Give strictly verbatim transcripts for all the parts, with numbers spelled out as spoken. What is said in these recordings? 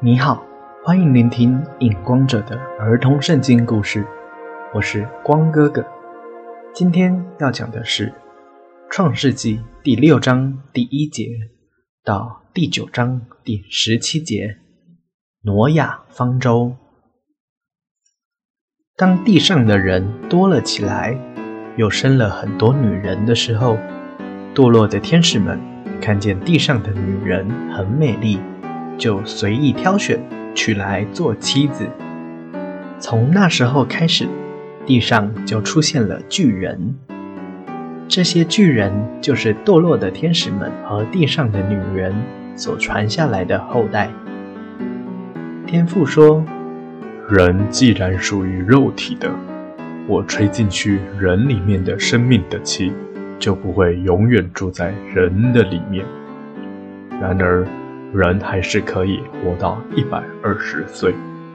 你好，欢迎聆听影光者的儿童圣经故事，我是光哥哥。今天要讲的是创世纪第六章第一节到第九章第十七节，挪亚方舟。当地上的人多了起来，又生了很多女人的时候，堕落的天使们看见地上的女人很美丽，就随意挑选，娶来做妻子。从那时候开始，地上就出现了巨人。这些巨人就是堕落的天使们和地上的女人所传下来的后代。天父说， 人既然属于肉体的，我吹进去人里面的生命的气，就不会永远住在人的里面。然而人还是可以活到一百二十岁。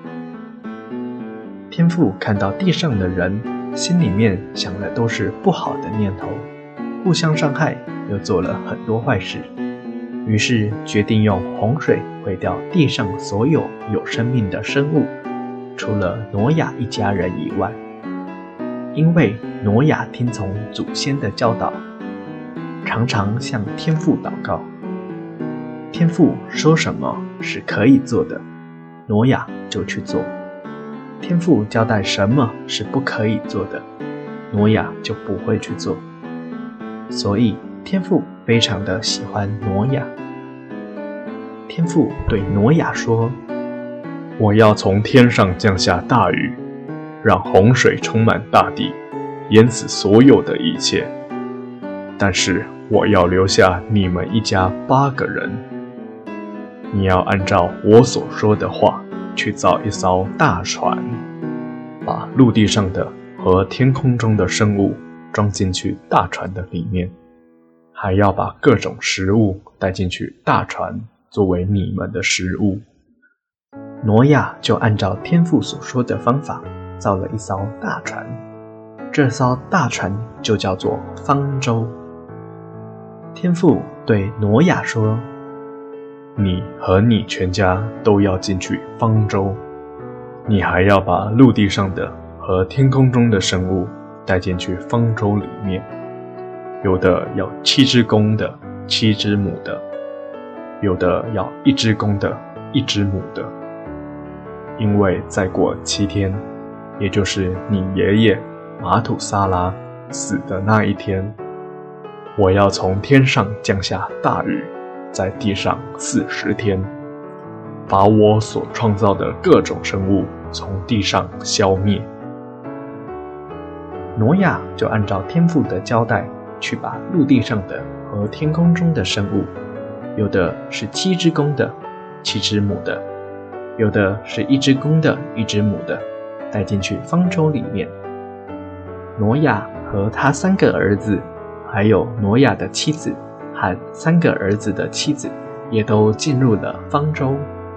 天父看到地上的人心里面想的都是不好的念头，互相伤害，又做了很多坏事，于是决定用洪水毁掉地上所有有生命的生物，除了挪亚一家人以外。因为挪亚听从祖先的教导，常常向天父祷告，天父说什么是可以做的，挪亚就去做；天父交代什么是不可以做的，挪亚就不会去做。所以天父非常的喜欢挪亚。天父对挪亚说， 我要从天上降下大雨，让洪水充满大地，淹死所有的一切。但是我要留下你们一家八个人，你要按照我所说的话去造一艘大船，把陆地上的和天空中的生物装进去大船的里面，还要把各种食物带进去大船，作为你们的食物。 挪亚就按照天父所说的方法造了一艘大船，这艘大船就叫做方舟。天父对挪亚说， 你和你全家都要进去方舟，你还要把陆地上的和天空中的生物带进去方舟里面，有的要七只公的，七只母的，有的要一只公的，一只母的。因为再过七天，也就是你爷爷马土撒拉死的那一天，我要从天上降下大雨，在地上四十天，把我所创造的各种生物从地上消灭。 挪亚就按照天父的交代，去把陆地上的和天空中的生物，有的是七只公的，七只母的，有的是一只公的，一只母的，带进去方舟里面。挪亚和他三个儿子，还有挪亚的妻子和三个儿子的妻子，也都进入了方舟。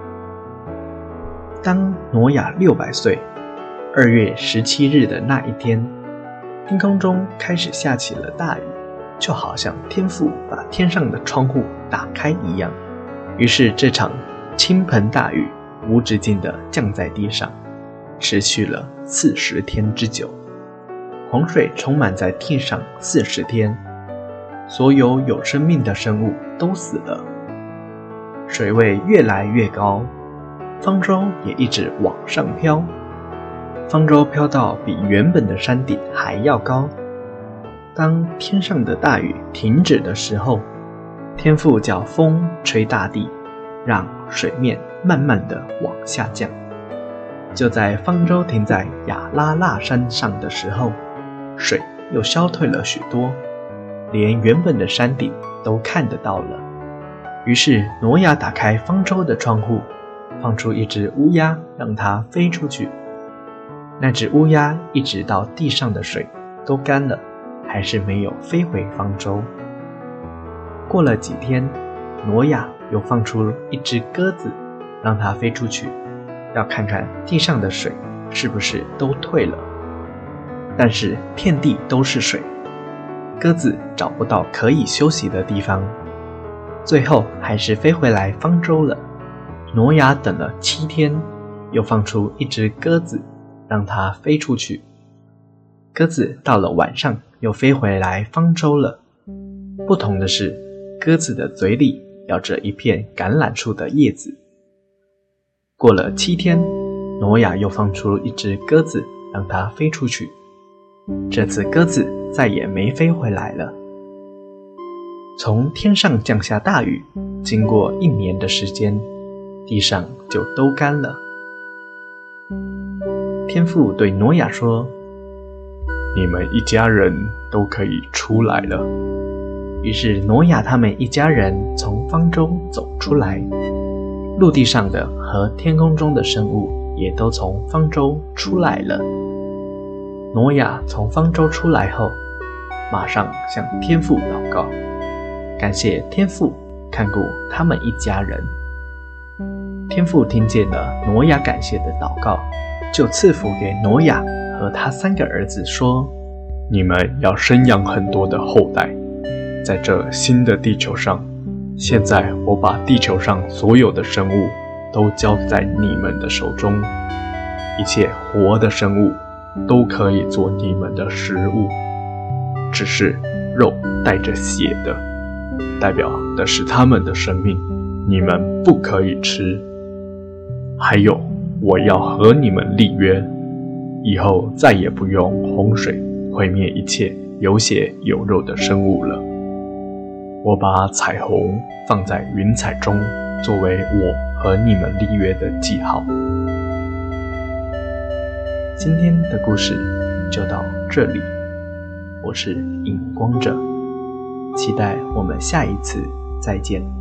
当挪亚六百岁，二月十七日的那一天，天空中开始下起了大雨，就好像天父把天上的窗户打开一样。于是这场倾盆大雨无止境地降在地上，持续了四十天之久。洪水充满在地上四十天，所有有生命的生物都死了。水位越来越高，方舟也一直往上飘。方舟飘到比原本的山顶还要高。当天上的大雨停止的时候，天父叫风吹大地，让水面慢慢地往下降。就在方舟停在亚拉腊山上的时候，水又消退了许多，连原本的山顶都看得到了。于是挪亚打开方舟的窗户，放出一只乌鸦，让它飞出去。那只乌鸦一直到地上的水都干了，还是没有飞回方舟。过了几天，挪亚又放出一只鸽子，让它飞出去，要看看地上的水是不是都退了。但是遍地都是水，鸽子找不到可以休息的地方，最后还是飞回来方舟了。 挪亚等了七天，又放出一只鸽子，让它飞出去。鸽子到了晚上又飞回来方舟了。不同的是，鸽子的嘴里咬着一片橄榄树的叶子。过了七天，挪亚又放出一只鸽子，让它飞出去。这次鸽子再也没飞回来了。从天上降下大雨，经过一年的时间，地上就都干了。天父对挪亚说： 你们一家人都可以出来了。 于是挪亚他们一家人从方舟走出来，陆地上的和天空中的生物也都从方舟出来了。挪亚从方舟出来后，马上向天父祷告，感谢天父看顾他们一家人。天父听见了挪亚感谢的祷告，就赐福给挪亚和他三个儿子说： 你们要生养很多的后代，在这新的地球上，现在我把地球上所有的生物都交在你们的手中，一切活的生物都可以做你们的食物，只是肉带着血的，代表的是他们的生命，你们不可以吃。还有，我要和你们立约，以后再也不用洪水毁灭一切有血有肉的生物了。我把彩虹放在云彩中，作为我和你们立约的记号。 今天的故事就到这里，我是影光者，期待我们下一次再见。